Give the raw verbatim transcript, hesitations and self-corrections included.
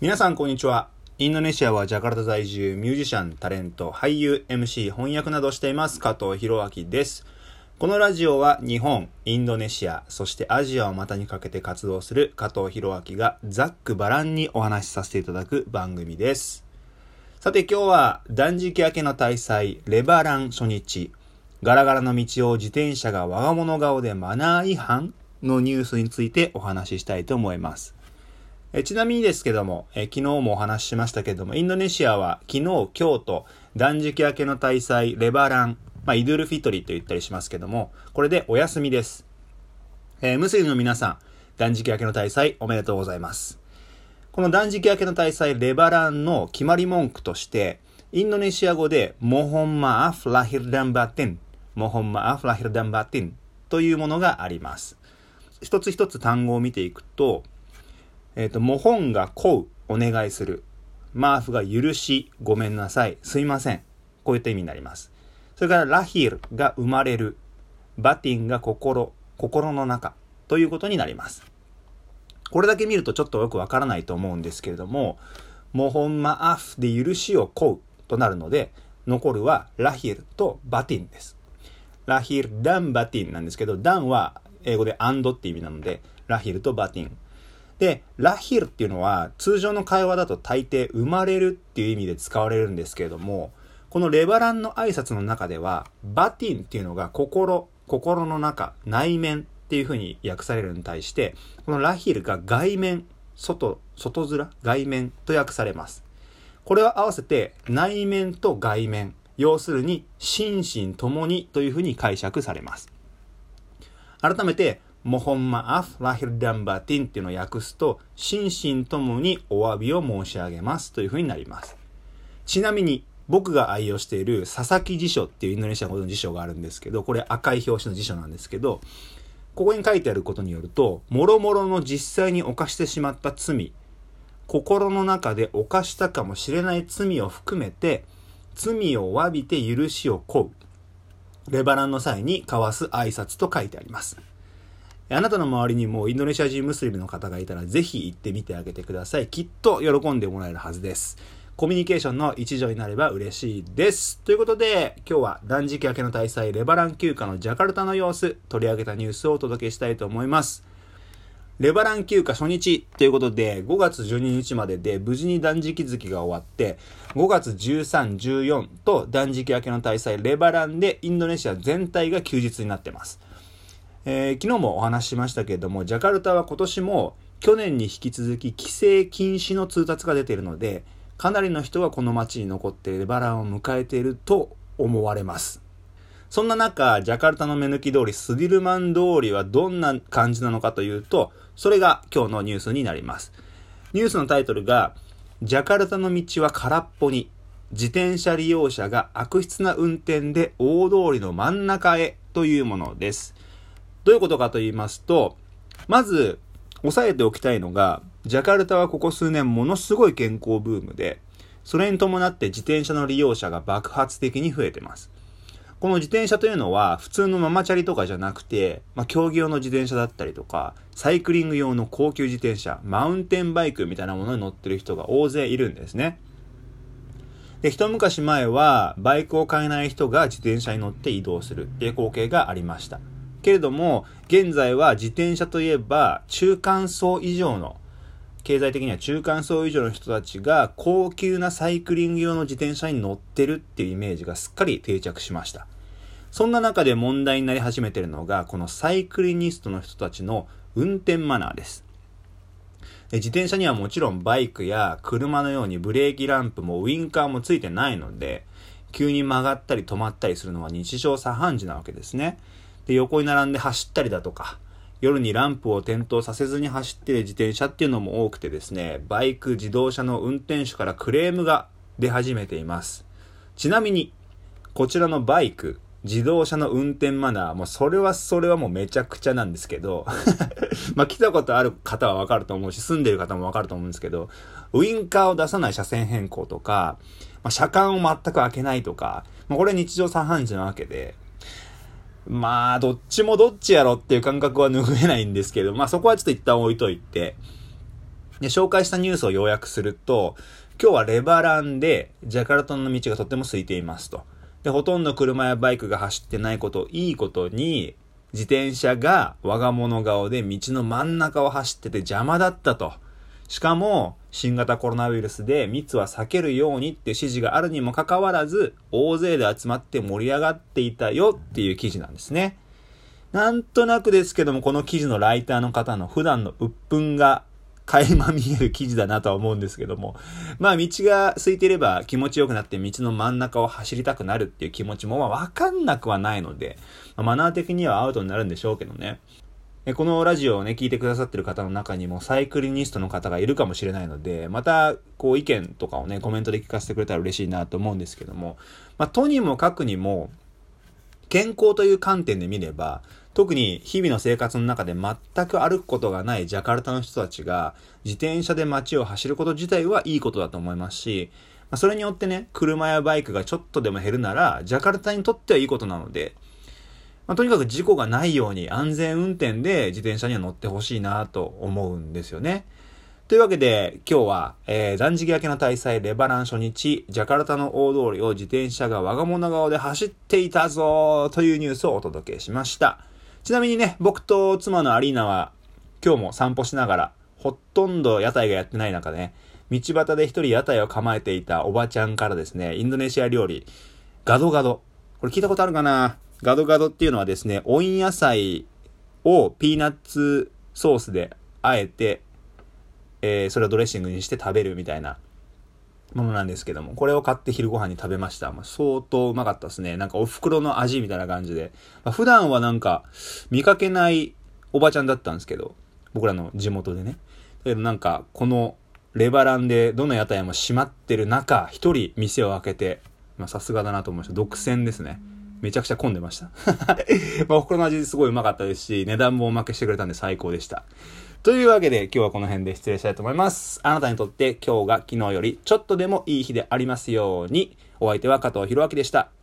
皆さんこんにちは。インドネシアはジャカルタ在住、ミュージシャン、タレント、俳優、エムシー、翻訳などしています加藤弘明です。このラジオは日本、インドネシア、そしてアジアを股にかけて活動する加藤弘明がざっくばらんにお話しさせていただく番組です。さて今日は断食明けの大祭レバラン初日、ガラガラの道を自転車が我が物顔でマナー違反のニュースについてお話ししたいと思います。えちなみにですけども、え昨日もお話ししましたけども、インドネシアは昨日、今日と断食明けの大祭レバラン、まあ、イドゥルフィトリと言ったりしますけども、これでお休みです。えー、ムスリムの皆さん、断食明けの大祭おめでとうございます。この断食明けの大祭レバランの決まり文句として、インドネシア語でモホンマアフラヒルダンバティン、モホンマアフラヒルダンバティンというものがあります。一つ一つ単語を見ていくと、えっと、モホンが請う、お願いする。マーフが許し、ごめんなさい、すいません。こういった意味になります。それからラヒルが生まれる。バティンが心、心の中ということになります。これだけ見るとちょっとよくわからないと思うんですけれども、モホンマアフで許しを請うとなるので、残るはラヒルとバティンです。ラヒル、ダン、バティンなんですけど、ダンは英語でアンドって意味なので、ラヒルとバティン。で、ラヒルっていうのは通常の会話だと大抵生まれるっていう意味で使われるんですけれども、このレバランの挨拶の中では、バティンっていうのが心、心の中、内面っていう風に訳されるのに対して、このラヒルが外面、外、外面、外面と訳されます。これを合わせて内面と外面、要するに心身ともにという風に解釈されます。改めて、モホンマアフラヒルダンバティンっていうのを訳すと、心身ともにお詫びを申し上げますというふうになります。ちなみに、僕が愛用している佐々木辞書っていうインドネシア語の辞書があるんですけど、これ赤い表紙の辞書なんですけど、ここに書いてあることによると、もろもろの実際に犯してしまった罪、心の中で犯したかもしれない罪を含めて、罪を詫びて許しを請う。レバランの際に交わす挨拶と書いてあります。あなたの周りにもインドネシア人ムスリムの方がいたらぜひ行ってみてあげてください。きっと喜んでもらえるはずです。コミュニケーションの一助になれば嬉しいです。ということで今日は断食明けの大祭レバラン休暇のジャカルタの様子、取り上げたニュースをお届けしたいと思います。レバラン休暇初日ということでごがつじゅうににちまでで無事に断食月が終わってごがつじゅうさん、じゅうよっかと断食明けの大祭レバランでインドネシア全体が休日になっています。えー、昨日もお話ししましたけれども、ジャカルタは今年も去年に引き続き帰省禁止の通達が出ているので、かなりの人がこの街に残ってレバランを迎えていると思われます。そんな中、ジャカルタの目抜き通りスディルマン通りはどんな感じなのかというと、それが今日のニュースになります。ニュースのタイトルが、ジャカルタの道は空っぽに、自転車利用者が悪質な運転で大通りの真ん中へというものです。どういうことかと言いますと、まず押さえておきたいのが、ジャカルタはここ数年ものすごい健康ブームで、それに伴って自転車の利用者が爆発的に増えています。この自転車というのは普通のママチャリとかじゃなくて、まあ、競技用の自転車だったりとか、サイクリング用の高級自転車、マウンテンバイクみたいなものに乗ってる人が大勢いるんですね。で、一昔前はバイクを買えない人が自転車に乗って移動するっていう光景がありました。けれども、現在は自転車といえば中間層以上の、経済的には中間層以上の人たちが高級なサイクリング用の自転車に乗ってるっていうイメージがすっかり定着しました。そんな中で問題になり始めているのが、このサイクリニストの人たちの運転マナーです。で、自転車にはもちろんバイクや車のようにブレーキランプもウインカーもついてないので、急に曲がったり止まったりするのは日常茶飯事なわけですね。で、横に並んで走ったりだとか、夜にランプを点灯させずに走っている自転車っていうのも多くてですね、バイク、自動車の運転手からクレームが出始めています。ちなみに、こちらのバイク、自動車の運転マナー、もうそれはそれはもうめちゃくちゃなんですけど、まあ来たことある方はわかると思うし、住んでる方もわかると思うんですけど、ウインカーを出さない車線変更とか、まあ、車間を全く開けないとか、まあ、これ日常茶飯事なわけで、まあ、どっちもどっちやろっていう感覚は拭えないんですけど、まあそこはちょっと一旦置いといて、 で、紹介したニュースを要約すると、今日はレバランでジャカルタの道がとっても空いていますと。で、ほとんど車やバイクが走ってないこと、いいことに、自転車が我が物顔で道の真ん中を走ってて邪魔だったと。しかも、新型コロナウイルスで密は避けるようにって指示があるにもかかわらず、大勢で集まって盛り上がっていたよっていう記事なんですね。なんとなくですけども、この記事のライターの方の普段の鬱憤が垣間見える記事だなとは思うんですけども、まあ道が空いていれば気持ちよくなって道の真ん中を走りたくなるっていう気持ちもまあわかんなくはないので、まあ、マナー的にはアウトになるんでしょうけどね。このラジオをね、聞いてくださってる方の中にもサイクリニストの方がいるかもしれないので、また、こう意見とかをね、コメントで聞かせてくれたら嬉しいなと思うんですけども、まあ、とにもかくにも、健康という観点で見れば、特に日々の生活の中で全く歩くことがないジャカルタの人たちが、自転車で街を走ること自体はいいことだと思いますし、まあ、それによってね、車やバイクがちょっとでも減るなら、ジャカルタにとってはいいことなので、まあ、とにかく事故がないように安全運転で自転車には乗ってほしいなと思うんですよね。というわけで今日は、えー、断食明けの大祭レバラン初日、ジャカルタの大通りを自転車が我が物顔で走っていたぞというニュースをお届けしました。ちなみにね、僕と妻のアリーナは今日も散歩しながら、ほとんど屋台がやってない中でね、道端で一人屋台を構えていたおばちゃんからですね、インドネシア料理、ガドガド。これ聞いたことあるかな？ガドガドっていうのはですね、温野菜をピーナッツソースで和えて、えー、それをドレッシングにして食べるみたいなものなんですけども、これを買って昼ご飯に食べました。まあ、相当うまかったですね。なんかお袋の味みたいな感じで。まあ、普段はなんか見かけないおばちゃんだったんですけど、僕らの地元でね。だけどなんかこのレバランでどの屋台も閉まってる中、一人店を開けて、まあさすがだなと思いました。独占ですね。めちゃくちゃ混んでました。まあ、お袋の味すごいうまかったですし、値段もおまけしてくれたんで最高でした。というわけで今日はこの辺で失礼したいと思います。あなたにとって今日が昨日よりちょっとでもいい日でありますように。お相手は加藤弘明でした。